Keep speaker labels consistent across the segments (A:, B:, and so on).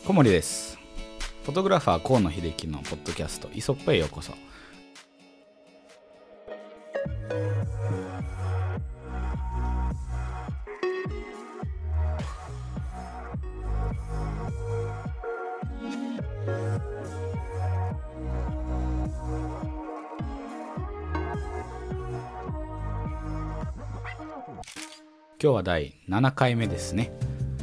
A: 小森です。フォトグラファー河野秀樹のポッドキャストイソップへようこそ。今日は第7回目ですね。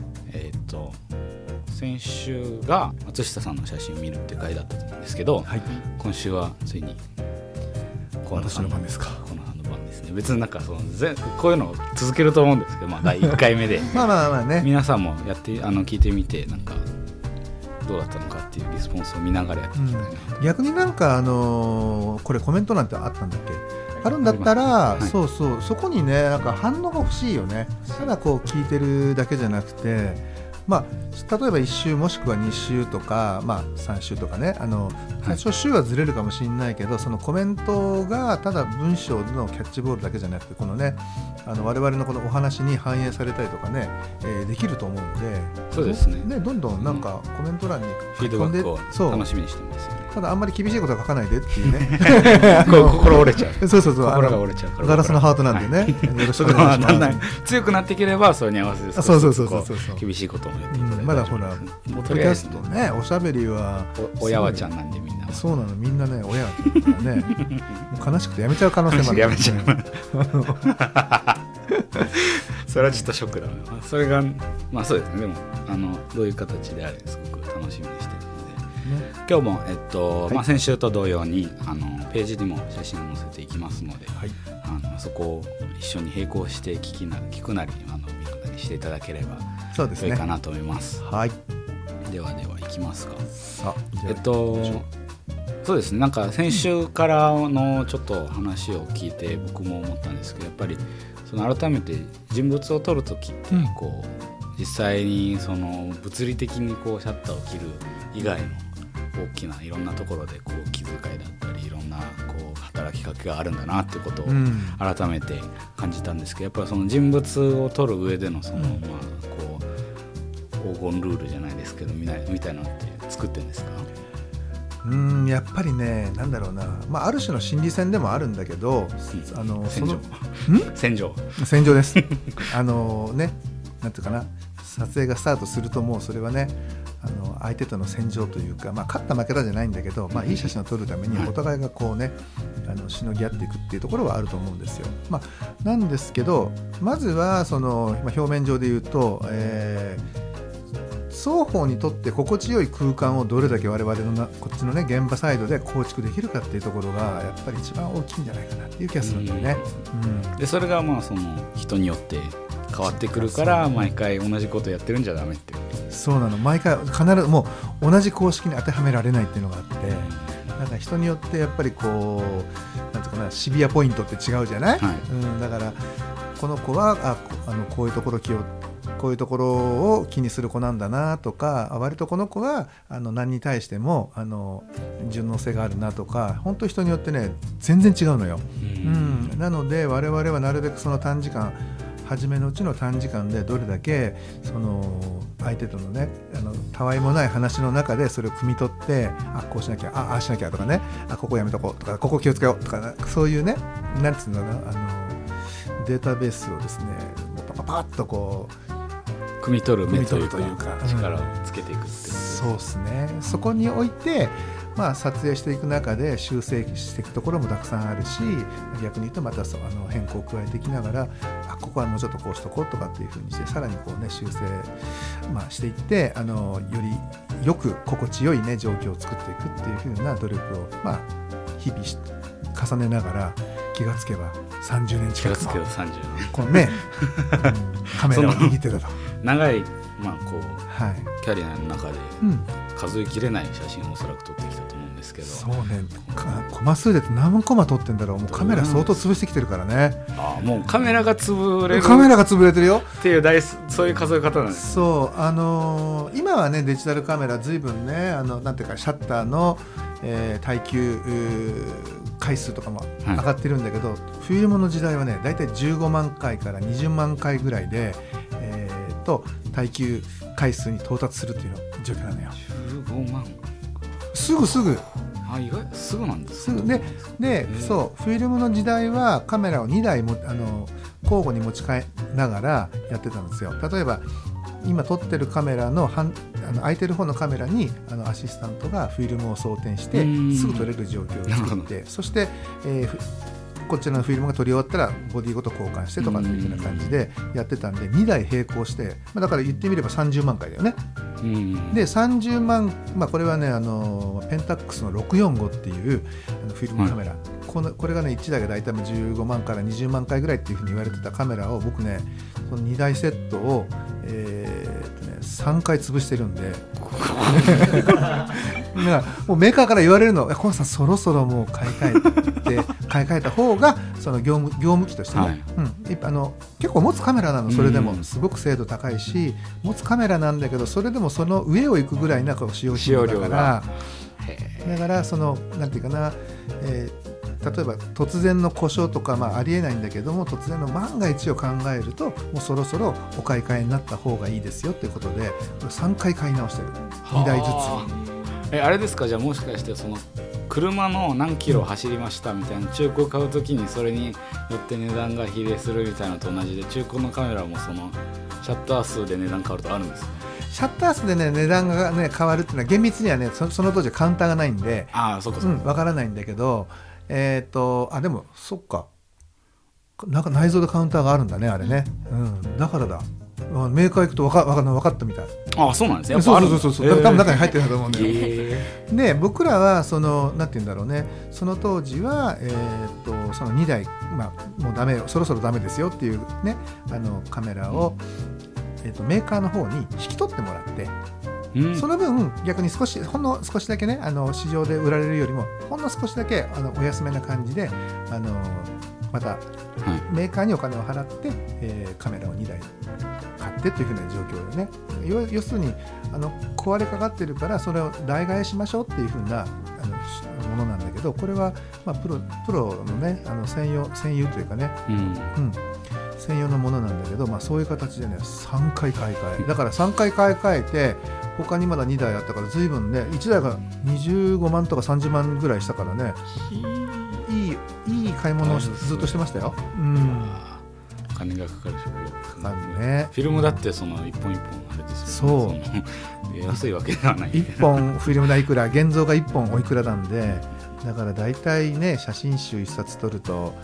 A: 先週が松下さんの写真を見るって回だったと思うんですけど、はい、今週はついに
B: 私の番ですか。
A: この番ですね。別になんかこういうのを続けると思うんですけど、第1回目で
B: まあね、
A: 皆さんもやって聞いてみて、なんかどうだったのかっていうリスポンスを見ながらやっていきたいな、
B: 逆になんかこれコメントなんてあったんだっけ、あるんだったら、はい、そこにね、なんか反応が欲しいよね。ただこう聞いてるだけじゃなくて、例えば1週もしくは2週とか、3週とかね、多少週はずれるかもしれないけど、そのコメントがただ文章でのキャッチボールだけじゃなくて、このね、我々のこのお話に反映されたりとかね、できると思うので、
A: そうですね。
B: どんどんなんかコメント欄に
A: フィードバックを楽しみにしてますよね。
B: ただあんまり厳しいことは書かないでっていうね
A: 心折れちゃう。そう
B: 心
A: が折れちゃう。
B: ガラスのハートなんでね、はい、よろしくお願いします。
A: だんだん強くなっていければそれに合わせて
B: そう
A: 厳しいことも言っていただいて、
B: まだほらポッドキャストね、おしゃべりは
A: 親はちゃんなんで、みんな
B: そうなの、みんなね、親だからねもう悲しくてやめちゃう可能性もある、
A: やめちゃうそれはちょっとショックだな。それがそうですね。でもどういう形であれすごく楽しみにしてるので、今日もはい、先週と同様にページにも写真を載せていきますので、はい、そこを一緒に並行して聞くなり見るなりしていただければ良いかなと思います。
B: はい、
A: ではいきますか。そうですね。なんか先週からのちょっと話を聞いて僕も思ったんですけど、やっぱり改めて人物を撮るときって実際に物理的にシャッターを切る以外の大きないろんなところで気遣いだったりいろんな働きかけがあるんだなっていうことを改めて感じたんですけど、やっぱりその人物を撮る上での黄金ルールじゃないですけどみたいなのって作ってるんですか？
B: やっぱりね、なんだろうな、ある種の心理戦でもあるんだけど、
A: 戦場
B: ですね、なんていうかな、撮影がスタートするともうそれはね、相手との戦場というか、勝った負けたじゃないんだけど、いい写真を撮るためにお互いがしのぎ合っていくっていうところはあると思うんですよ。なんですけど、まずは表面上で言うと、双方にとって心地よい空間をどれだけ我々のこっちのね現場サイドで構築できるかっていうところがやっぱり一番大きいんじゃないかなっていう気がするんだよね。
A: でそれが人によって変わってくるから毎回同じことやってるんじゃダメっていう。
B: そうなの、毎回必ずもう同じ公式に当てはめられないっていうのがあって、なんか人によってやっぱりなんていうかな、シビアポイントって違うじゃない、はい、だからこの子はこういうところを気にする子なんだなとか、割とこの子は何に対しても順応性があるなとか、本当人によってね全然違うのよ。なので我々はなるべくその短時間、初めのうちの短時間でどれだけ相手とのねたわいもない話の中でそれを汲み取って、こうしなきゃ、ああしなきゃとかね、ここやめとこうとか、ここ気をつけようとか、そういうね、なんつうのかな、データベースをですねパッと
A: 汲み取る目というか力をつけていくっていう、
B: そうですね。そこにおいて撮影していく中で修正していくところもたくさんあるし、逆に言うとまた変更を加えていきながら、ここはもうちょっとこうしとこうとかっていう風にして、さらに修正、していって、よりよく心地よいね状況を作っていくっていう風な努力を日々重ねながら、気がつけば30年近くもこのねカメラを握ってたと
A: 長いキャリアの中で数えきれない写真をおそらく撮ってきたと思うんですけど、
B: そうね、コマ数で何コマ撮ってんだろう。もうカメラ相当潰してきてるからね。
A: もうカメラが潰れ
B: てるよ
A: っていうそういう数え方なんです。
B: そう、今はねデジタルカメラ随分ね、なんていうかシャッターの、耐久回数とかも上がってるんだけど、フィルムの時代はねだいたい15万回から20万回ぐらいで、耐久回数に到達するっていう状況なのよ。
A: 15万
B: すぐ
A: 意外すぐなんですか。
B: でそうフィルムの時代はカメラを2台も交互に持ち替えながらやってたんですよ。例えば今撮ってるカメラの空いてる方のカメラにアシスタントがフィルムを装填してすぐ撮れる状況を作って、そして、こちらのフィルムが撮り終わったらボディごと交換してとかっていう風な感じでやってたんで、2台並行して、だから言ってみれば30万回だよね。で30万、これはねペンタックスの645っていうフィルムカメラ、これがね1台が大体15万から20万回ぐらいっていう風に言われてたカメラを僕ねその2台セットを、3回潰してるんでもうメーカーから言われるの、コンさんそろそろもう買い替えた方がその業務機としてね、結構持つカメラなの。それでもすごく精度高いし持つカメラなんだけど、それでもその上を行くぐらいな使用頻度だからそのなんていうかな、例えば突然の故障とか、ありえないんだけども、突然の万が一を考えるともうそろそろお買い替えになった方がいいですよということで3回買い直してる、2台ずつ。
A: あれですか、じゃあもしかしてその車の何キロ走りましたみたいな中古を買うときにそれによって値段が比例するみたいなのと同じで、中古のカメラもそのシャッター数で値段変わるとあるんですね。
B: シャッター数でね値段が、ね、変わるっていうのは厳密にはねその当時はカウンターがないんでわからないんだけど、でもそっか、なんか内蔵でカウンターがあるんだねあれね、だからだ、メーカー行くと分かったみたい。
A: そうなんですね。やっぱある。
B: そう多分中に入ってると思うんだよ。で僕らはそのなんて言うんだろうね、その当時はその2台、もうダメよ、そろそろダメですよっていうねカメラを、メーカーの方に引き取ってもらって、その分逆にほんの少しだけね市場で売られるよりもほんの少しだけお安めな感じでまたメーカーにお金を払って、カメラを2台買ってっていう風な状況でね、要するに壊れかかってるからそれを代替えしましょうっていう風なものなんだけど、これは、プロのね専用というかね、専用のものなんだけど、そういう形でね3回買い替えだから3回買い替えて、他にまだ2台あったから随分ね、1台が25万とか30万ぐらいしたからね、いい買い物をずっとしてましたよ。
A: お金がかかるし、
B: ね、
A: フィルムだってその一本一本あれですよね。そう安いわけではない。
B: 1本フィルム代いくら、現像が1本おいくらなんで、だから大体ね写真集1冊撮ると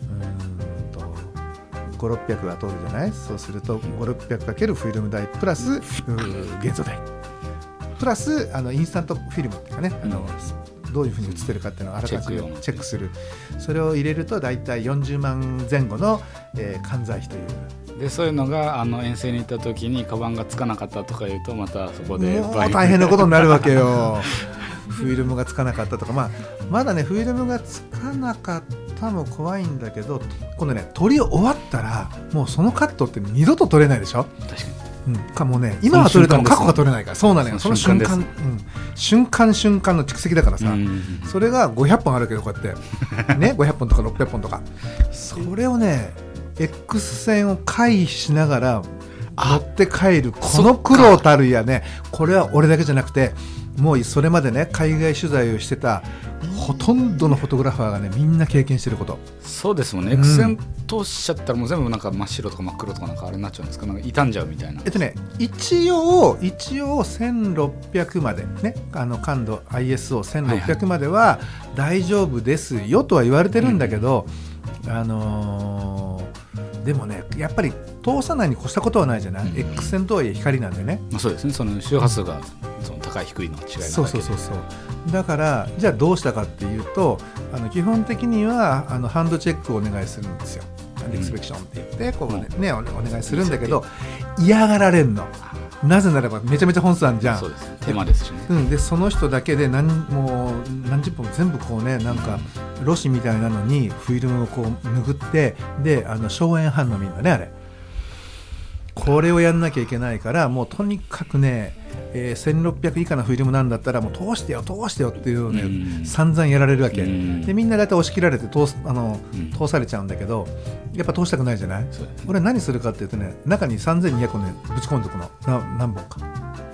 B: 500-600は取るじゃない。そうすると500-600かけるフィルム代プラス現像代プラスインスタントフィルムっていうかね、どういうふうに写ってるかっていうのをあらかじめチェックする、それを入れると大体40万前後の、関材費という
A: で、そういうのが遠征に行った時にカバンがつかなかったとかいうとまたそこで
B: もう大変なことになるわけよフィルムがつかなかったとか、まだねフィルムがつかなかったも怖いんだけど、今度ね撮り終わったらもうそのカットって二度と撮れないでしょ。
A: 確かに。
B: かもね、今は撮れても過去が撮れないから。そうなのよ、その瞬間、瞬間の蓄積だからさ、それが500本あるけどこうやってね500本とか600本とか、それをね X 線を回避しながら持って帰るこの苦労たるやね、これは俺だけじゃなくてもうそれまでね海外取材をしてたほとんどのフォトグラファーがねみんな経験してること。
A: そうですもんね。X 線通しちゃったらもう全部なんか真っ白とか真っ黒とかなんかあれになっちゃうんですか。なんか傷んじゃうみたいな。
B: 一応1600までね感度 ISO1600 までは大丈夫ですよとは言われてるんだけど、でもねやっぱり通さないに越したことはないじゃない、X 線とはいえ光なんでね。
A: そうですね。その周波数がその高い低いの違いなだけで。
B: そうだからじゃあどうしたかっていうと基本的にはハンドチェックをお願いするんですよ。エクスペクションって言ってこう、ねお願いするんだけど嫌がられんの。なぜならばめちゃめちゃ本数あるじゃん。
A: そうですね。手間ですしね。
B: でその人だけでもう何十本全部こうねなんかロシみたいなのにフィルムをこう拭ってで硝煙反応見るんだねあれ。 これをやんなきゃいけないから、もうとにかくね、1600以下のフィルムなんだったらもう通してよっていうのをね、散々やられるわけ、でみんなだいたい押し切られて通されちゃうんだけど、やっぱ通したくないじゃない。俺何するかっていうとね、中に3200をねぶち込んでおくの、何本か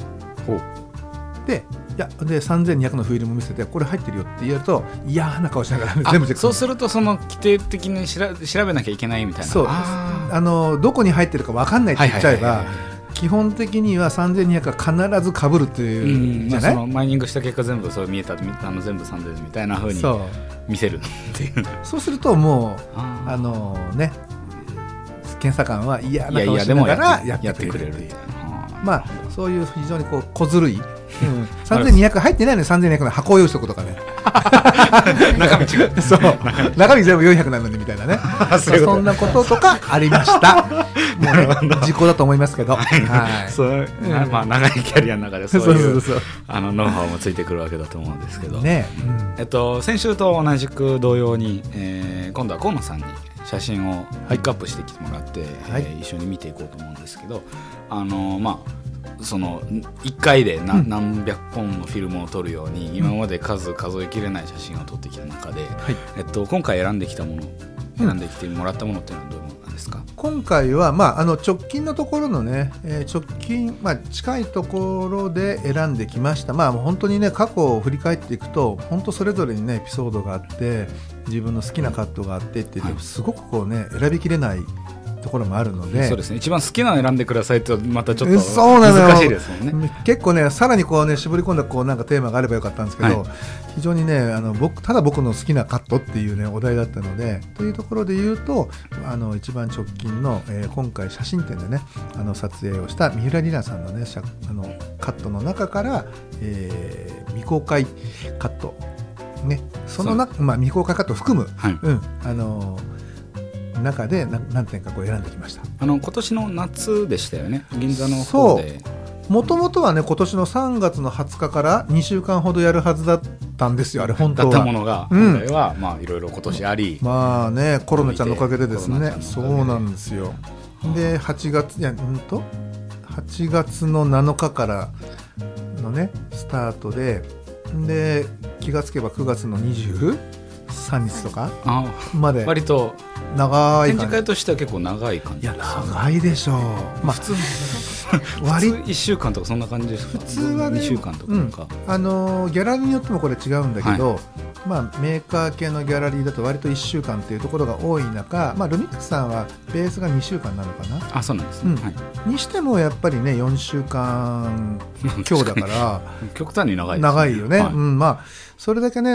B: で、3200のフィルム見せて、これ入ってるよって言うと嫌な顔しながら、ね、全部チェック。
A: そうするとその規定的に調べなきゃいけないみたいな。
B: そうどこに入ってるか分かんないって言っちゃえば、基本的には3200は必ず被るっていうじゃない、
A: そのマイニングした結果全部そう見えた、全部3000みたいな風に見せるっていう。
B: そうするともうね、検査官は嫌な顔しながらやってくれる。まあそういう非常にこう小ずるい、3200入ってないのに3200の箱を用意しておくとかね
A: 中身違う
B: そう中身全部400なのにみたいなねそんなこととかありましたもう、ね、時効だと思いますけど、
A: まあ、長いキャリアの中でそういうノウハウもついてくるわけだと思うんですけど、ね、先週と同じく同様に、今度は河野さんに写真をピックアップしてきてもらって、一緒に見ていこうと思うんですけど、まあその1回で何百本のフィルムを撮るように、今まで数えきれない写真を撮ってきた中で、今回選んできてもらったものっていうのはどういうものなんですか？
B: 今回は、直近のところのね、近いところで選んできました。本当にね、過去を振り返っていくと本当それぞれにねエピソードがあって、自分の好きなカットがあってって言って、すごくこうね選びきれないところもあるので、
A: そうですね、一番好きなのを選んでくださいとまたちょっと難しいですもんね。
B: 結構ね、さらにこうね絞り込んだこうなんかテーマがあればよかったんですけど、非常にねただ僕の好きなカットっていうねお題だったので、というところで言うと一番直近の、今回写真展でね撮影をした三浦里奈さんのねカットの中から、未公開カットね、その未公開カットを含む、中で何点かこう選んできました。
A: 今年の夏でしたよね、銀座の方で。
B: もともとはね、今年の3月の20日から2週間ほどやるはずだったんですよ、あれ本当は。
A: だったものが今回はいろいろ今年あり、
B: まあね、コロナちゃんのおかげでですね、そうなんですよ。で8月の7日からのねスタートで気がつけば9月の23日とかまで
A: 割と
B: 長い
A: 展示会としては結構長い感じ。
B: いや長いでしょう。
A: 普通1週間とかそんな感じですか？
B: 普通はね、
A: 2週間とか、
B: ギャラリーによってもこれ違うんだけど、メーカー系のギャラリーだと割と1週間っていうところが多い中、ルミックスさんはベースが2週間なのかな。
A: そうなんですね、
B: にしてもやっぱりね4週間強だから
A: 極端に長いですね。
B: 長いよね、それだけね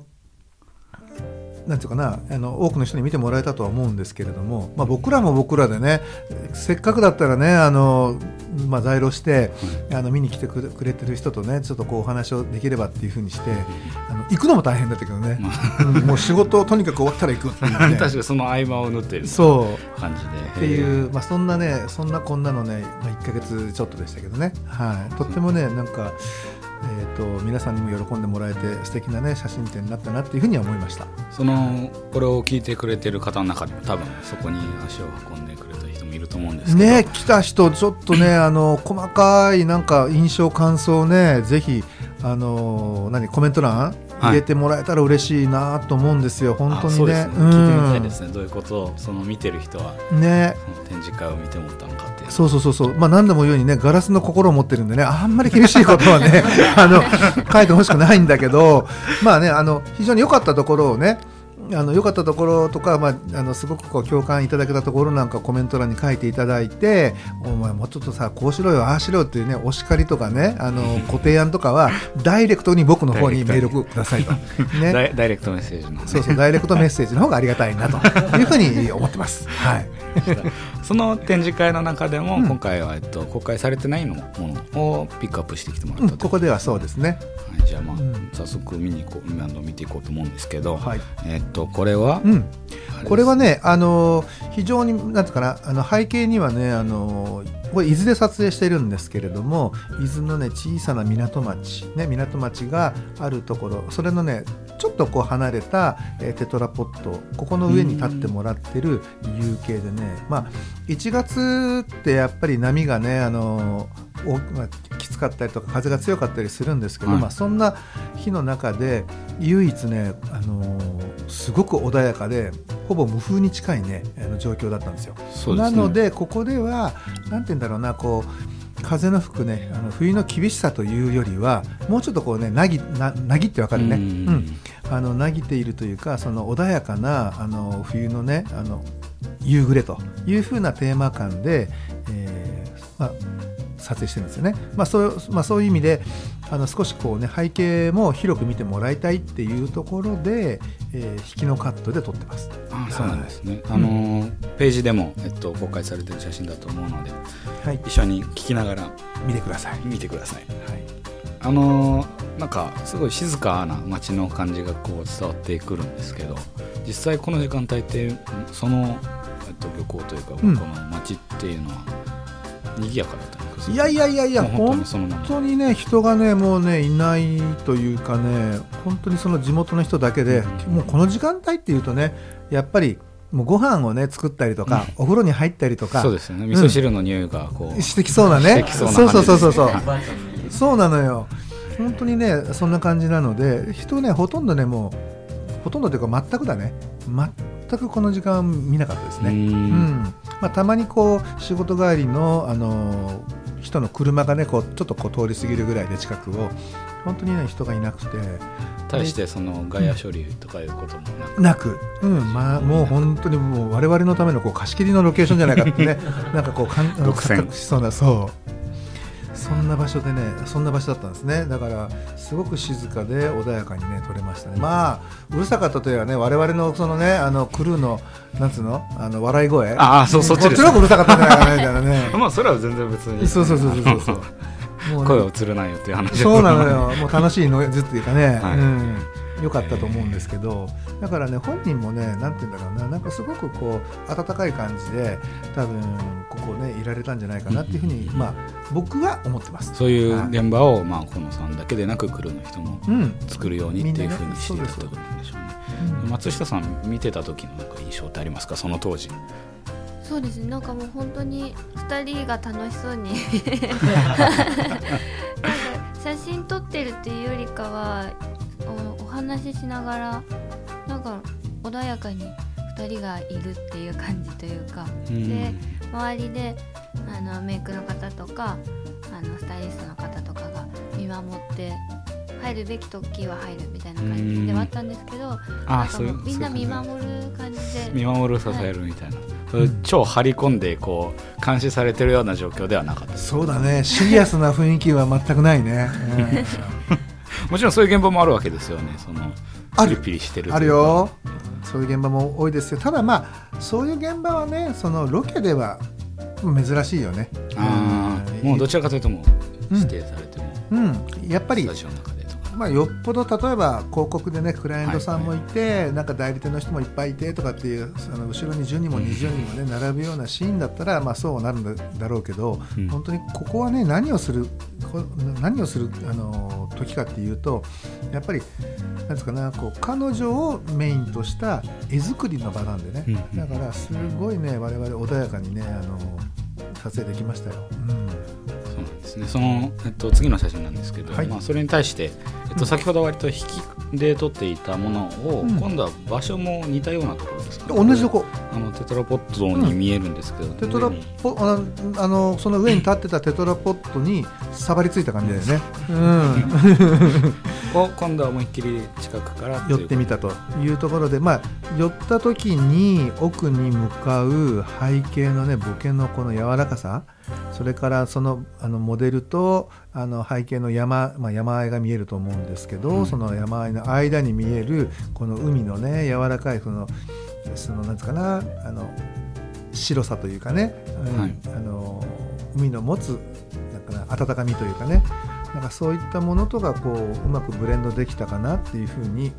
B: なんていうかな、多くの人に見てもらえたとは思うんですけれども、僕らも僕らでね、せっかくだったらね在庫して、見に来てくれてる人とねちょっとこうお話をできればっていうふうにして行くのも大変だったけどね、もう仕事をとにかく終わったら行くっていう、ね、
A: 確かにその合間を縫ってる感じで
B: っていう、そんなこんなのね、1ヶ月ちょっとでしたけどね、とってもねなんか皆さんにも喜んでもらえて素敵なね写真展になったなっていうふうには思いました。
A: これを聞いてくれてる方の中にも多分そこに足を運んでくれた人もいると思うんですけど
B: ね、来た人ちょっとね細かいなんか印象感想をねぜひコメント欄入れてもらえたら嬉しいなと思うんですよ、本当にね。
A: そうですね、聞いてみたいですね、どういうことを見てる人は
B: ね
A: その展示会を見て思ったのかっていう。
B: そう何度も言うようにねガラスの心を持ってるんでね、あんまり厳しいことはね書いてほしくないんだけど、非常に良かったところをね良かったところとか、すごくこう共感いただけたところなんかコメント欄に書いていただいて、お前もうちょっとさこうしろよああしろよっていうねお叱りとかねご提案とかはダイレクトに僕の方にメールをくださいと、
A: ね、ダイレクトメッセージの、
B: そうダイレクトメッセージの方がありがたいなというふうに思ってます。
A: その展示会の中でも、今回は、公開されてないものをピックアップしてきてもらったと、
B: ここではそうですね。
A: じゃあ早速見ていこうと思うんですけど、これは、
B: これはね非常になんていうかな背景にはねこれ伊豆で撮影しているんですけれども、伊豆のね小さな港町、港町があるところ、それのねちょっとこう離れた、テトラポット、ここの上に立ってもらってる夕景でね、1月ってやっぱり波がねきつかったりとか風が強かったりするんですけど、そんな日の中で唯一ね、すごく穏やかでほぼ無風に近いね状況だったんですよ。
A: そうですね。
B: なのでここではなんて言うんだろうな、こう風の吹くね冬の厳しさというよりはもうちょっとこうねなぎってわかるね、なぎているというか、その穏やかな冬のね夕暮れという風なテーマ感で、撮影してるんですよね。そういう意味で少しこうね背景も広く見てもらいたいっていうところで、引きのカットで撮ってます。
A: そうなんですね。ページでも、公開されてる写真だと思うので、一緒に聞きながら
B: 見てください。
A: なんかすごい静かな街の感じがこう伝わってくるんですけど、実際この時間帯ってその、漁港というか、この街っていうのは賑やかだったんですか？
B: いや本当にね人がねもうねいないというかね、本当にその地元の人だけで、もうこの時間帯っていうとねやっぱりもうご飯をね作ったりとか、お風呂に入ったりとか、
A: そうですよね、味噌汁の匂いがこう、
B: してきそうなね、そうなのよ。本当にねそんな感じなので、人ねほとんどねもうほとんどというか全くだね、全くこの時間見なかったですね。たまにこう仕事帰りの人の車がねこうちょっとこう通り過ぎるぐらいで近くを本当にね人がいなくて、
A: 対してその外野処理とかいうことも
B: なく、もう本当にもう我々のためのこう貸し切りのロケーションじゃないかってねなんかこう錯覚しそうな、そんな場所でね、そんな場所だったんですね。だからすごく静かで穏やかにね撮れましたね。うるさかったといえばね、我々のそのねクルーのなんつうの笑い声、
A: そっちです。こっ
B: ちの方がうるさかったんじゃないかなみたいなね
A: それは全然別に、
B: そう
A: もう、ね、声を映るないよっていう話。
B: そうなのよ。もう楽しいのずっていうかね、良かったと思うんですけど、だからね本人もねなんて言うんだろうな、なんかすごくこう温かい感じで多分ここねいられたんじゃないかなっていうふうに、僕は思ってます。
A: そういう現場を、河野さんだけでなくクルーの人も作るようにっていうふうにしていたってことなんでしょうね。松下さん見てた時のなんか印象ってありますか、その当時？
C: そうですね、なんかもう本当に2人が楽しそうに写真撮ってるっていうよりかはお話ししながらなんか穏やかに2人がいるっていう感じというか、で周りでメイクの方とかスタイリストの方とかが見守って入るべき時は入るみたいな感じではあったんですけど、なんかもうみんな見守る感じで、
A: 見守る支えるみたいな、超張り込んでこう監視されてるような状況ではなかった。
B: そうだね、シリアスな雰囲気は全くないね。
A: もちろんそういう現場もあるわけですよね。そのピリピリしてる
B: あるよ、そういう現場も多いですよ。ただそういう現場はねそのロケでは珍しいよね。
A: もうどちらかというともう指定されても、
B: やっぱり
A: スタジオの中でとか、
B: よっぽど例えば広告でねクライアントさんもいて、なんか代理店の人もいっぱいいてとかっていう後ろに10人も20人もね並ぶようなシーンだったらそうなるんだろうけど、本当にここはね何をする時かっていうと、やっぱりなんですかね、こう彼女をメインとした絵作りの場なんでね、だからすごいね我々穏やかにね撮影できましたよ。
A: そうなんですね。その、次の写真なんですけど、それに対して、先ほど割と引きで撮っていたものを、今度は場所も似たようなところですか、
B: 同じとこ
A: テトラポットに見えるんですけど、
B: テトラポその上に立ってたテトラポットに触りついた感じだよね。
A: 今度は思いっきり近くから
B: 寄ってみたというところで、寄った時に奥に向かう背景のねボケのこの柔らかさ、それからそのモデルと背景の山あいが見えると思うんですけど、その山あいの間に見えるこの海のね柔らかいそのなんつうかな白さというかね、海の持つなんか温かみというかね、なんかそういったものとかこううまくブレンドできたかなっていうふうに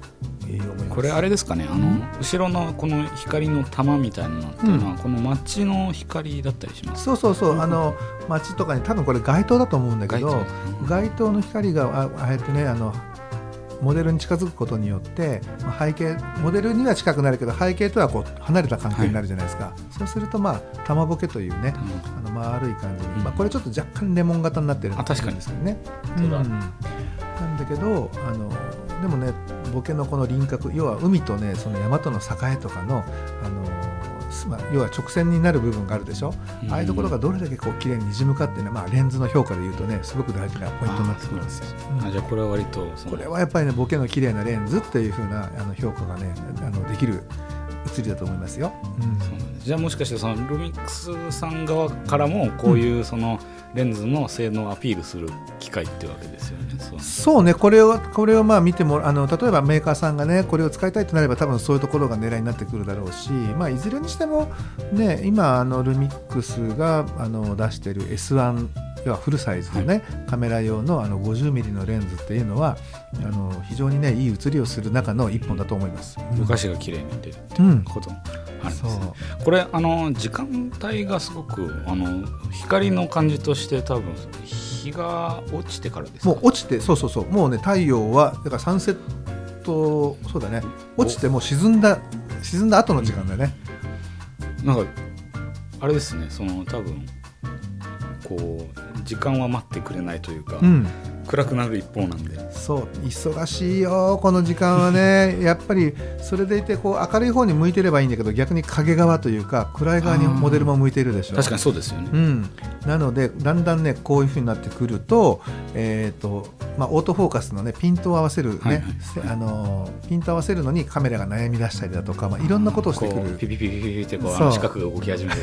B: 思います。
A: これあれですかね、後ろのこの光の玉みたいなのっていうのは、この街の光だったりしますか？
B: そう街とかに多分これ街灯だと思うんだけど、街灯の光があえてねモデルに近づくことによって背景モデルには近くなるけど背景とはこう離れた関係になるじゃないですか、そうすると玉ボケというね丸い感じに、これちょっと若干レモン型になってるんですけどね、なんだけどでもねボケのこの輪郭、要は海とねその山との境とかの要は直線になる部分があるでしょ、ああいうところがどれだけこう綺麗に滲むかっていうのは、レンズの評価でいうとねすごく大事なポイントになってくるんですよ。
A: じゃあこれは割と
B: これはやっぱりねボケの綺麗なレンズっていう風な評価がねできる写りだと思いますよ。
A: そうなんです。じゃあもしかしてそのルミックスさん側からもこういうそのレンズの性能をアピールする機会ってわけですよね。
B: そうね、これを見ても例えばメーカーさんがねこれを使いたいとなれば多分そういうところが狙いになってくるだろうし、いずれにしてもね今ルミックスが出している S1 要はフルサイズのね、カメラ用の50mm のレンズっていうのは非常にねいい写りをする中の一本だと思います。
A: 昔が綺麗に出るっていうこともあるんですね。これ時間帯がすごく光の感じとして多分日が落ちてからですか？
B: もう落ちてそうもうね太陽はだからサンセットそうだね落ちてもう沈んだ後の時間だね。
A: なんかあれですね多分こう時間は待ってくれないというか、暗くなる一方なんで。
B: そう忙しいよこの時間はねやっぱりそれでいてこう明るい方に向いてればいいんだけど逆に影側というか暗い側にモデルも向いているでしょ。
A: 確かにそうですよね、
B: なのでだんだんねこういう風になってくるとオートフォーカスのねピントを合わせるね、ピントを合わせるのにカメラが悩み出したりだとか、いろんなことをしてくる。
A: ピピピピピって四角が動き始める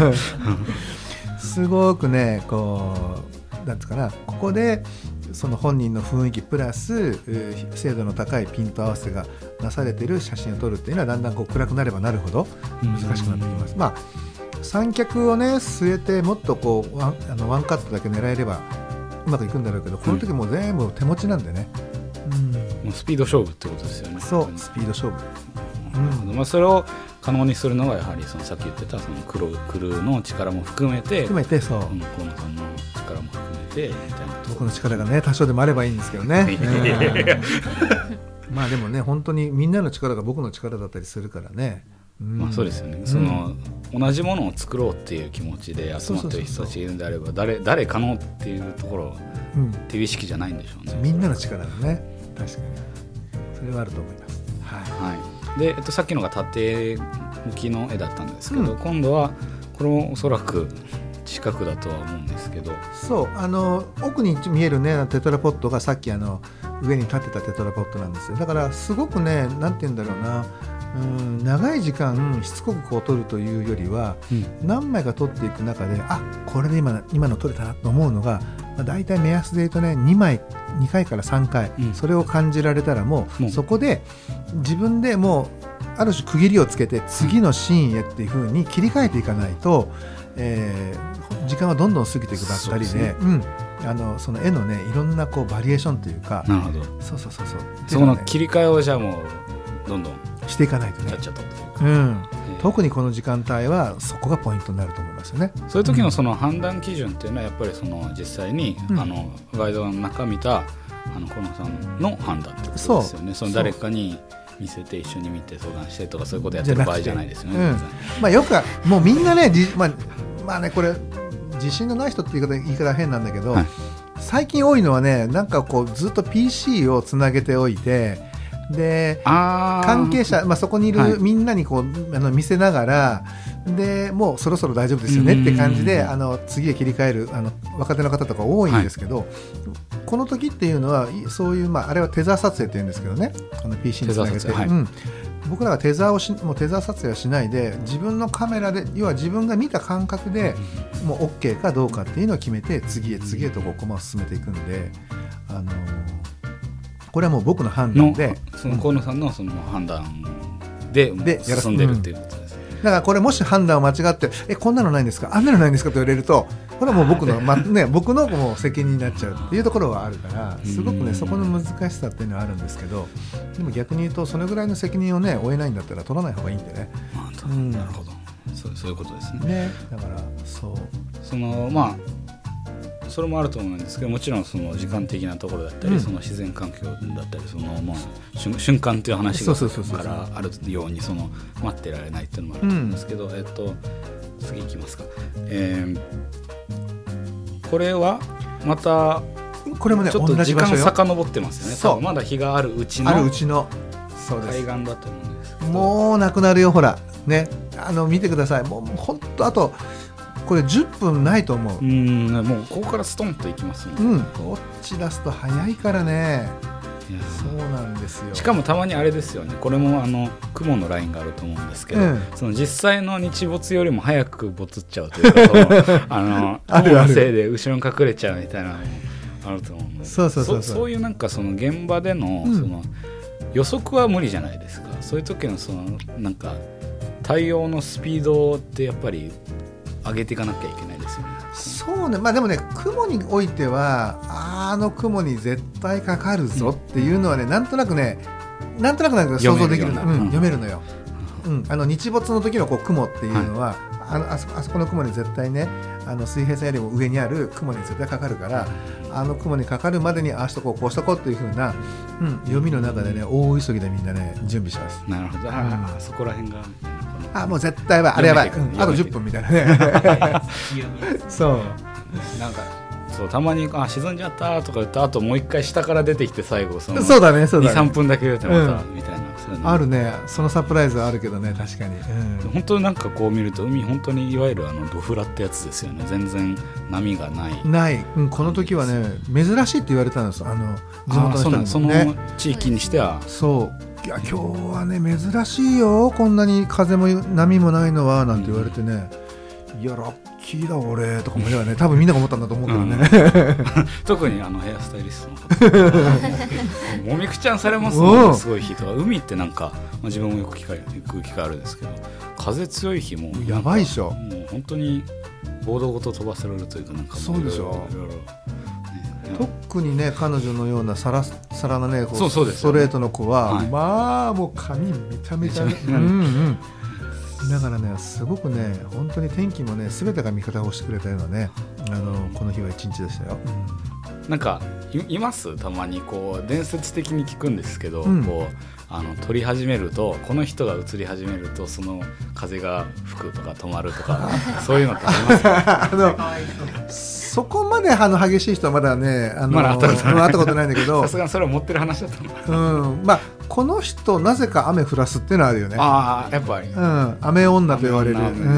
B: すごくねなんつうかな、ここでその本人の雰囲気プラス精度の高いピント合わせがなされている写真を撮るっていうのはだんだん暗くなればなるほど難しくなってきます。三脚をね据えてもっとワンカットだけ狙えればうまくいくんだろうけど、この時も全部手持ちなんでね、
A: もうスピード勝負ってことですよね。
B: そうスピード勝負、
A: それを可能にするのがやはりさっき言ってたそのクルーの力も含めて
B: そう河野さんの
A: 力も含めてみたいな、
B: 僕の力がね多少でもあればいいんですけどねでもね本当にみんなの力が僕の力だったりするからね、
A: そうですよね。同じものを作ろうっていう気持ちで集まってる人たちいるんであれば誰可能っていうところ、っていう意識じゃないんでしょうね。
B: みんなの力がね確かにそれはあると思います。
A: でさっきのが縦向きの絵だったんですけど、今度はこれもおそらく四角だとは思うんですけど、
B: そう奥に見えるねテトラポットがさっき上に立ってたテトラポットなんですよ。だからすごくねなんて言うんだろうな、長い時間しつこく撮るというよりは、何枚か撮っていく中でこれで今の撮れたなと思うのが、だいたい目安で言うとね2回から3回、それを感じられたらもうそこで自分でもうある種区切りをつけて次のシーンへっていう風に切り替えていかないと、時間はどんどん過ぎていくばっかりで、その絵のねいろんなバリエーションというか、
A: なるほど、
B: そ
A: この切り替えをじゃあもうどんどん
B: していかないとね、特にこの時間帯はそこがポイントになると思いますよね。
A: そういう時のその判断基準っていうのはやっぱり実際に、ガイドの中見た河野さんの判断ってことですよね。その誰かに見せて一緒に見て相談してとかそういうことやってる場合じゃないですよね。
B: よくもうみんなねこれ自信のない人って言い方は変なんだけど、最近多いのはねなんかずっと PC をつなげておいて、で関係者、そこにいるみんなに見せながら、でもうそろそろ大丈夫ですよねって感じで次へ切り替える若手の方とか多いんですけど、この時っていうのはそういう、あれはテザー撮影っていうんですけどね、PC につなげて、僕らはテザー撮影はしないで自分のカメラで、要は自分が見た感覚でもう OK かどうかっていうのを決めて次へを駒を進めていくんで、これはもう僕の判断で
A: その河野さんのその判断で進んでるっていうことです。
B: だからこれもし判断を間違ってこんなのないんですかあんなのないんですかと言われるとこれはもう僕の、僕のもう責任になっちゃうっていうところはあるからすごくねそこの難しさっていうのはあるんですけど、でも逆に言うとそのぐらいの責任をね負えないんだったら取らない方がいいんでね。
A: なるほど、そういうことですね。
B: だからそ
A: れもあると思うんですけど、もちろんその時間的なところだったり、その自然環境だったり、その瞬間という話からあるようにその待ってられないっていうのもあると思うんですけど、次いきますか。これはまた
B: これもね
A: ちょっと時間遡ってますよね。
B: そう
A: まだ日があるうちの
B: そうです
A: 海岸だと思うんですけど、
B: もうなくなるよほらね、見てください。もう本当あとこれ10分ないと思う。
A: もうここからストンといきますもん。
B: こっち出すと早いからね。そうなんですよ。
A: しかもたまにあれですよね、これも雲のラインがあると思うんですけど、その実際の日没よりも早く没っちゃうというか、雲のせいで後ろに隠れちゃうみたいなのもあると思うんです。そういうなんかその現場でのその予測は無理じゃないですか。そういう時のそのなんか対応のスピードってやっぱり上げていかなきゃいけないですよね。
B: そうね、でもね雲においては雲に絶対かかるぞっていうのはね、なんとなく想像できるの、読めるのよ。日没の時の雲っていうのは、あそこの雲に絶対ね水平線よりも上にある雲に絶対かかるから、雲にかかるまでにああしとこうこうしとこうっていう風な、読みの中でね大急ぎでみんなね準備します。
A: なるほど、そこら辺が
B: もう絶対はあれやばい、あと10分みたいなねそう
A: なんかたまに沈んじゃったとか言った後もう一回下から出てきて最後その
B: そうだね
A: 2,3 分だけ言うてまたみたいな、
B: あるね、そのサプライズはあるけどね、確かに、
A: 本当になんかこう見ると海本当にいわゆるドフラってやつですよね。全然波がない、
B: この時はね珍しいって言われたんです、地元の人にもね、
A: その地域にしては。
B: そういや今日はね珍しいよ、こんなに風も波もないのはなんて言われてね、いやラッキーだ俺とか思いながらね、多分みんなが思ったんだと思うけどね、特
A: にヘアスタイリストの方もみくちゃんされますもんね、すごい日とか。海ってなんか、自分もよく行く機会あるんですけど、風強い日も
B: やばいでしょ。
A: もう本当にボードごと飛ばされるというか、なんか
B: そうでしょ。特にね彼女のようなサラなねストレートの子は、もう髪めちゃめちゃだからねすごくね本当に天気もね全てが味方をしてくれたようなねこの日は一日でしたよ。
A: なんかいますたまにこう伝説的に聞くんですけど、こう撮り始めるとこの人が映り始めるとその風が吹くとか止まるとかそういうのってあり
B: ますそこまで激しい人はまだね会ったことないんだけど
A: さすがにそれは持ってる話だったの
B: この人なぜか雨降らすっていうのはあるよね。
A: やっぱり、
B: 雨女と言われる。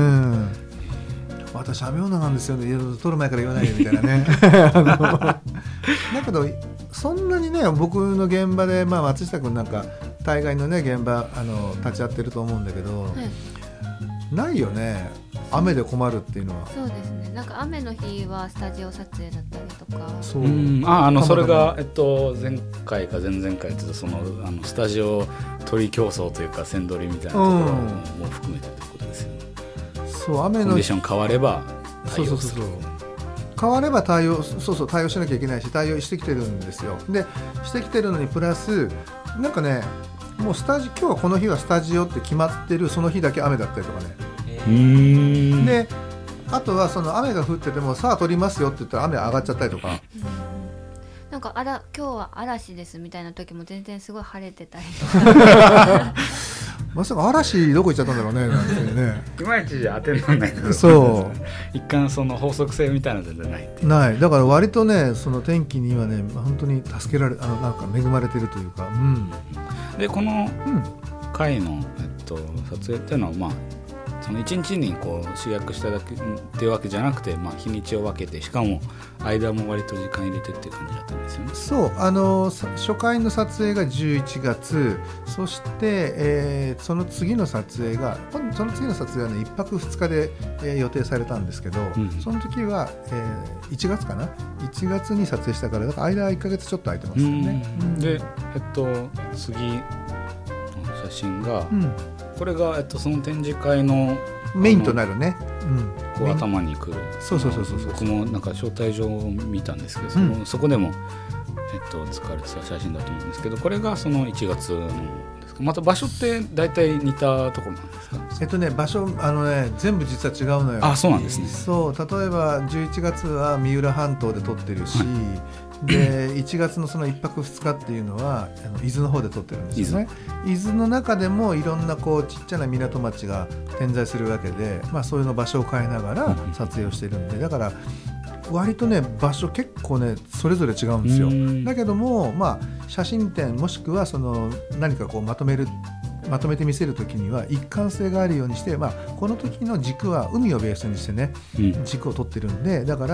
B: 私雨女なんですよね、撮る前から言わないよみたいなねだけどそんなにね僕の現場で、松下君なんか大概のね現場立ち会ってると思うんだけど、ないよね雨で困るっていうのは。
C: そうですね、なんか雨の日はスタジオ撮影だったりとか。
A: それが、前回か前々回ってそのスタジオ撮り競争というか線撮りみたいなところも含めてってことですよね。
B: そう雨の
A: コンディション変われば対応する。
B: 変われば対応しなきゃいけないし対応してきてるんですよ。でしてきてるのにプラスなんかねもう今日はこの日はスタジオって決まってるその日だけ雨だったりとかね。であとはその雨が降っててもさあ撮りますよって言ったら雨上がっちゃったりとか。
C: なんか今日は嵐ですみたいな時も全然すごい晴れてたりとか
B: まさか嵐どこ行っちゃったんだろうねなんてね
A: いまいち当てにならないけど
B: そう
A: 一貫その法則性みたいなの全然ないって
B: ない。だから割とねその天気にはね本当に助けられなんか恵まれてるというか、
A: でこの回の、撮影っていうのはその1日にこう集約しただけっていうわけじゃなくて、日にちを分けてしかも間も割と時間入れてっていう感じだったんですよね。
B: そう初回の撮影が11月そして、その次の撮影はね1泊2日で、予定されたんですけど、その時は、1月かな1月に撮影したからだから間は1ヶ月ちょっと空いてますよね。
A: で次の写真が、ここれが、その展示会の
B: メインとなるね、
A: こう頭にくる。
B: そう
A: 僕もなんか招待状を見たんですけど、そこでも、使われてた写真だと思うんですけど、これがその1月のですか。また場所って大体似たところなんですか。
B: 場所全部実は違うのよ。
A: あ、そうなんですね。
B: そう、例えば11月は三浦半島で撮ってるし、で1月のその1泊2日っていうのは伊豆の方で撮ってるんですよね。伊豆の中でもいろんなこうちっちゃな港町が点在するわけで、そういうの場所を変えながら撮影をしてるんで、だから割とね場所結構ねそれぞれ違うんですよ。だけども写真展もしくはその何かこうまとめて見せるときには一貫性があるようにして、この時の軸は海をベースにしてね、軸を撮ってるんで、だから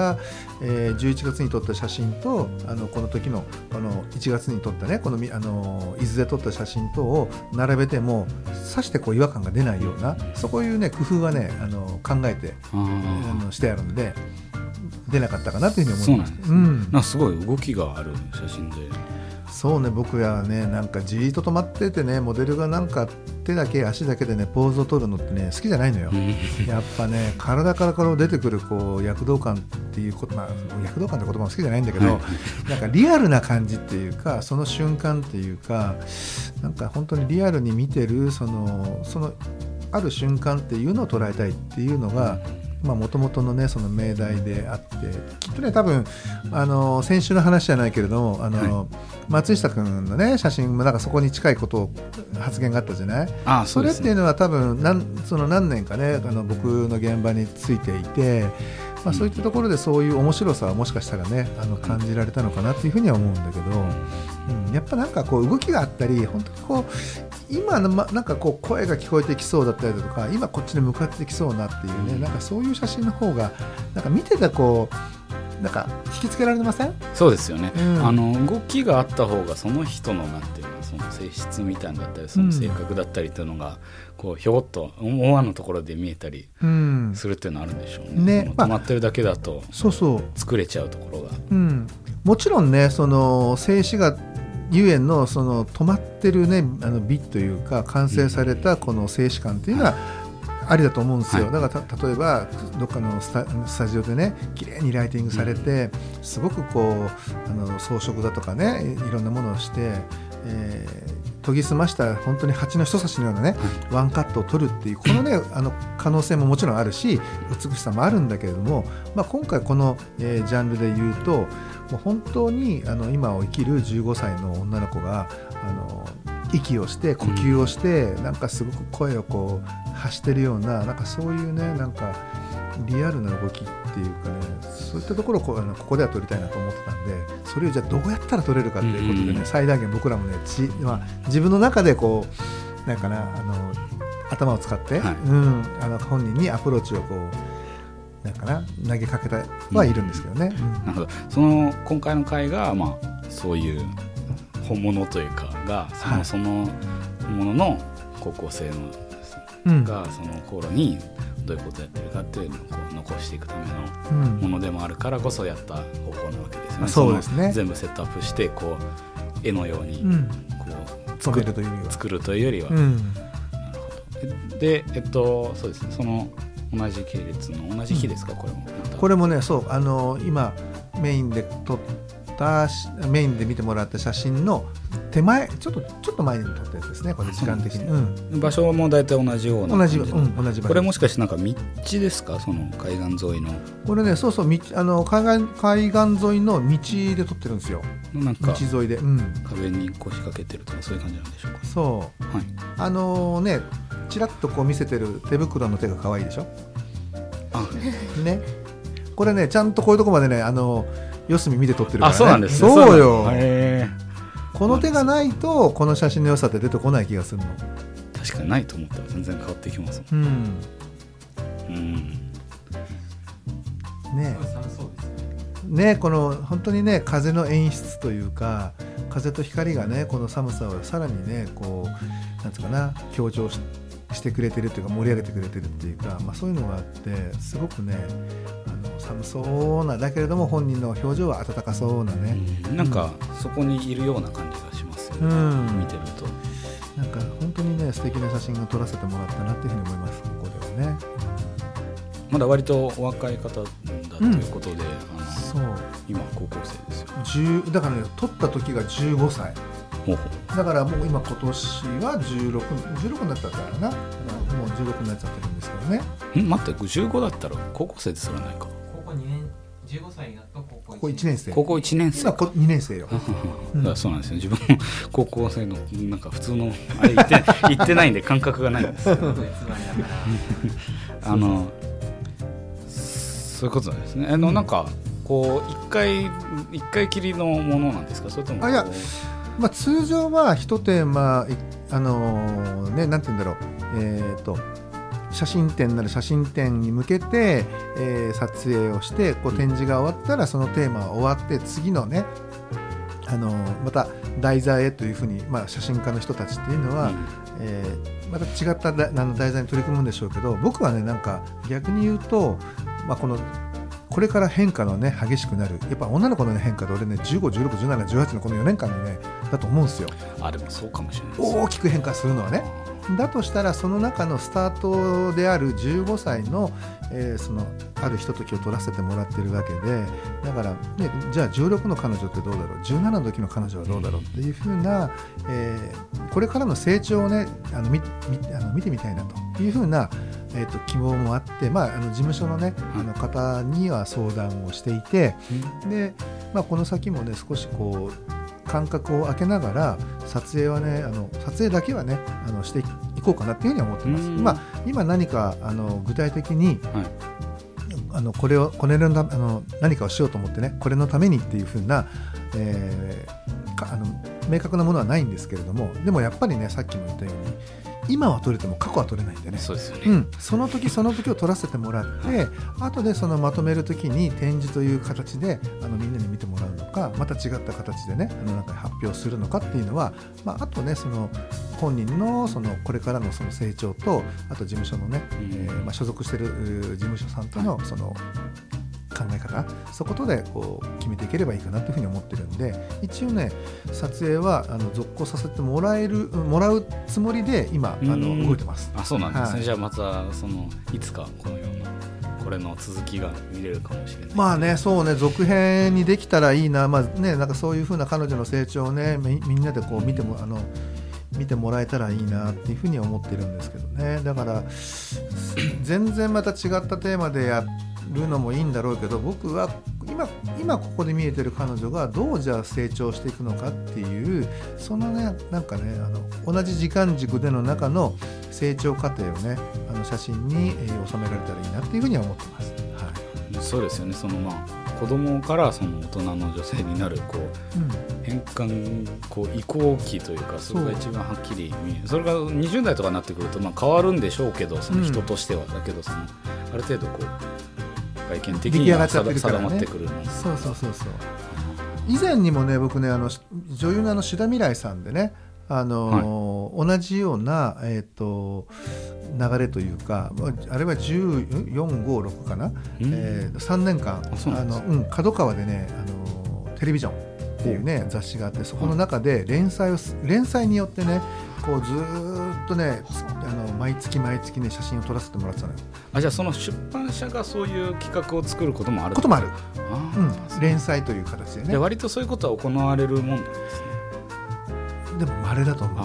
B: 、11月に撮った写真とこの時のこの1月に撮ったねこの伊豆で撮った写真とを並べてもさしてこう違和感が出ないような、そういうね工夫はね考えてしてあるんで出なかったかなというふうに思います。
A: そうなんですね。なんかすごい動きがある写真で。
B: そうね、僕はねなんかじーっと止まっててね、モデルがなんか手だけ足だけでねポーズを取るのってね好きじゃないのよ。やっぱね体から出てくるこう躍動感っていうこと、躍動感って言葉も好きじゃないんだけど、なんかリアルな感じっていうか、その瞬間っていうか、なんか本当にリアルに見てるそのある瞬間っていうのを捉えたいっていうのがもともとのねその命題であって、きっとね多分先週の話じゃないけれども松下君のね写真もなんかそこに近いことを発言があったじゃない。それっていうのは多分その何年かね僕の現場についていて、そういったところでそういう面白さはもしかしたらね感じられたのかなっていうふうには思うんだけど、やっぱなんかこう動きがあったり、本当にこう今のなんかこう声が聞こえてきそうだったりとか、今こっちに向かってきそうなっていうね、なんかそういう写真の方がなんか見ててこうなんか引きつけられません？
A: そうですよね、動きがあった方がその人のなんていうのその性質みたいなだったりその性格だったりっていうのがこうひょっと思わぬところで見えたりするっていうのはあるんでしょうね。止まってるだけだと作れちゃうところが、
B: もちろんねその静止画ゆえんのその止まってるね美というか完成されたこの静止感っていうのはありだと思うんですよ。だから例えばどっかのスタジオでね綺麗にライティングされて、すごくこう装飾だとかねいろんなものをして、研ぎ澄ました本当に蜂の一刺しのようなね、ワンカットを取るっていうこのね可能性ももちろんあるし美しさもあるんだけれども、今回この、ジャンルで言うともう本当に今を生きる15歳の女の子が息をして呼吸をして、なんかすごく声をこう発してるような、なんかそういうねなんかリアルな動きっていうかね、そういったところをここでは撮りたいなと思ってたんで、それをじゃあどうやったら撮れるかっていうことでね、最大限僕らもね自分の中でこうなんかな頭を使って、本人にアプローチをこうなんかな投げかけてはいるんですけどね。
A: なるほど。その今回の回がそういう本物というかがそのものの高校生のがその頃にどういうことをやってるかっていうのをこう残していくためのものでもあるからこそやった方法なわけですね。
B: そうですね。
A: 全部セットアップしてこう絵のようにこう作るというよりは、なるほど。でそうですね、その同じ系列の同じ日ですか、これも
B: ね、そう今メインで見てもらった写真の手前ちょっと前に撮ったやつですね。これ時間的に、場
A: 所も大体同じような感じで
B: 同じ
A: これもしかしてなんか道ですか、その海岸沿いの。
B: これねそう海岸沿いの道で撮ってるんですよ。
A: なんか
B: 道沿いで、
A: 壁に腰掛けてるとかそういう感じなんでしょうか。
B: そう、ねちらっとこう見せてる手袋の手が可愛いでしょ。ね、これねちゃんとこういうとこまでね四隅見て撮ってるからね。
A: そうなんですね。
B: そうよ。この手がないとこの写真の良さって出てこない気がするの。
A: 確かにないと思ったら全然変わってきますもん。
B: ね、この本当にね風の演出というか、風と光がねこの寒さをさらにねこうなんていうかな強調してくれてるというか盛り上げてくれてるっていうか、そういうのがあってすごくね寒そうなだけれども本人の表情は温かそうなね、
A: なんかそこにいるような感じがしますよね、見てると。
B: なんか本本当にね素敵な写真を撮らせてもらったなっていうふうに思います。ここではね、
A: まだ割とお若い方だということで、
B: そう
A: 今高校生ですよ。
B: だからね撮った時が15歳だからもう今年は16になっちゃったからな、もう16になっちゃってるんですけどね。
A: 待って、15だったら高校生ですらないか。
D: 高校2年、15歳だと高校
B: 1年生。
A: 高校1年生。
B: 今2年生よ。
A: だからそうなんですよ。自分も高校生のなんか普通のあれ言ってないんで感覚がないんですよ。そういうことなんですね。なんかこう一回きりのものなんですか、それとも。
B: いや、通常は一テーマなんて言うんだろう、写真展なら写真展に向けて、撮影をしてこう展示が終わったらそのテーマが終わって次のねまた題材へというふうに、写真家の人たちっていうのは、また違った題材に取り組むんでしょうけど、僕はねなんか逆に言うと、これから変化のね激しくなる、やっぱ女の子の、変化で俺ね15、16、17、18のこの4年間にねだと思うんですよ。
A: でもそうかもしれないです。
B: 大きく変化するのはね。だとしたらその中のスタートである15歳の、そのあるひとときを取らせてもらってるわけで、だから、ね、じゃあ16の彼女ってどうだろう、17の時の彼女はどうだろうっていうふうな、これからの成長をね見てみたいなというふうな、希望もあって、事務所のね方には相談をしていて、で、この先もね少しこう間隔を空けながら撮影はね撮影だけはねしていこうかなっていうふうに思ってます。今何か具体的に、これの何かをしようと思ってねこれのためにっていうふうな、明確なものはないんですけれども、でもやっぱりねさっきも言ったように今は撮れても過去は撮れないんでね。
A: そうですよね。
B: その時その時を撮らせてもらって、後でそのまとめる時に展示という形でみんなに見てもらうのか、また違った形でねなんか発表するのかっていうのは、あとねその本人のそのこれからのその成長と、あと事務所のね、所属している事務所さんとのその考え方、そことでこう決めていければいいかなというふうに思ってるんで、一応ね撮影は続行させてもらうつもりで今動いてます。
A: そうなんですね。じゃあまたいつかこのようなこれの続きが見れるかもしれない。
B: そうね、続編にできたらいいな。なんかそういうふうな彼女の成長をねみんなでこう見てもらえたらいいなっていうふうに思ってるんですけどね。だから全然また違ったテーマでやるのもいいんだろうけど、僕は今ここで見えてる彼女がどうじゃあ成長していくのかっていう、そのねなんかね同じ時間軸での中の成長過程をね写真に収められたらいいなっていうふうには思ってます。
A: そうですよね。子供からその大人の女性になるこう、変換移行期というか、それが一番はっきり見える。それが20代とかになってくると変わるんでしょうけど、その人としては、だけどある程度こう外見的には定まってくる。
B: そう以前にもね僕ね女優の志田未来さんでね同じような、流れというか、あれは14、5、6かな、3年間角川でねテレビジョンっていうね雑誌があって、そこの中で連載によってねこうずっとね毎月ね写真を撮らせてもらってたのよ。
A: じゃあその出版社がそういう企画を作ることもある。
B: 連載という形でね。
A: 割とそういうことは行われるもんなんですね。
B: でも稀だと思う。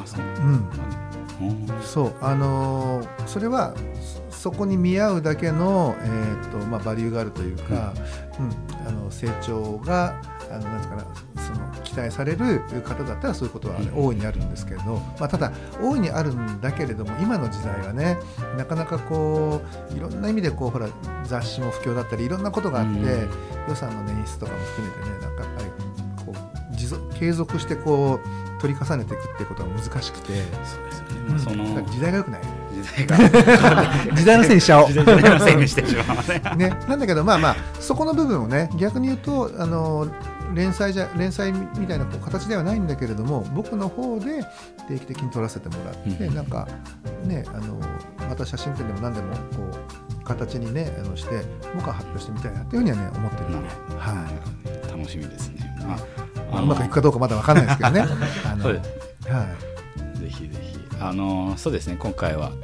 B: それはそこに見合うだけの、バリューがあるというか、成長がなんていうかな、その期待される方だったらそういうことは、大いにあるんですけれど、ただ大いにあるんだけれども、今の時代はねなかなかこういろんな意味でこうほら雑誌も不況だったりいろんなことがあって、予算の捻出とかも含めてね、なんかやっぱりこう継続してこう取り重ねていくっていうことは難しくて、
A: そうですよね。
B: 時代が良くない。時代のせいにしちゃおう。
A: 時代のせいにしてしまう
B: ね。なんだけどそこの部分をね逆に言うと連載みたいな形ではないんだけれども、僕の方で定期的に撮らせてもらって、なんかねまた写真展でも何でもこう形にねして僕は発表してみたいなっていうふうにはね思ってるので、
A: 楽しみですね。
B: うまくいくかどうかまだ分かんないですけどね。
A: ぜひぜひそうですね、今回は、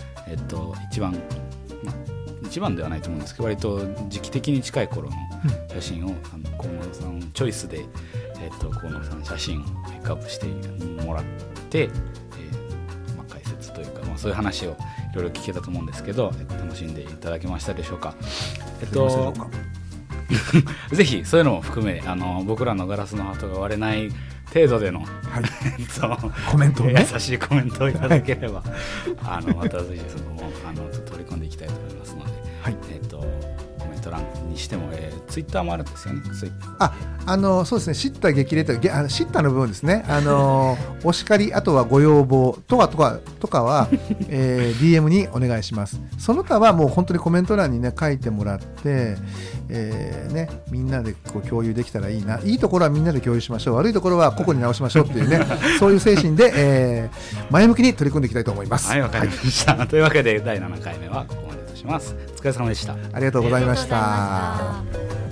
A: 一番ではないと思うんですけど、割と時期的に近い頃の写真を、河野さんチョイスで、河野さん写真をピックアップしてもらって、解説というか、そういう話をいろいろ聞けたと思うんですけど、楽しんでいただけましたでしょうか。ぜひそういうのも含め、僕らのガラスのハートが割れない程度での、
B: コメントをね、
A: 優しいコメントをいただければ、またぜひそこも取り込んでいきたいと思いますので、コメント欄にしても、ツイッターもあるんですよね。
B: そうですね、叱咤激励というか、叱咤の部分ですね、お叱り、あとはご要望とかは、DM にお願いします。その他はもう本当にコメント欄にね書いてもらって、みんなでこう共有できたらいいな。いいところはみんなで共有しましょう、悪いところは個々に直しましょうっていうねそういう精神で、前向きに取り組んでいきたいと思います。
A: はい、わかりました、というわけで第7回目はここまでとします。お疲れ様でした。
B: ありがとうございました。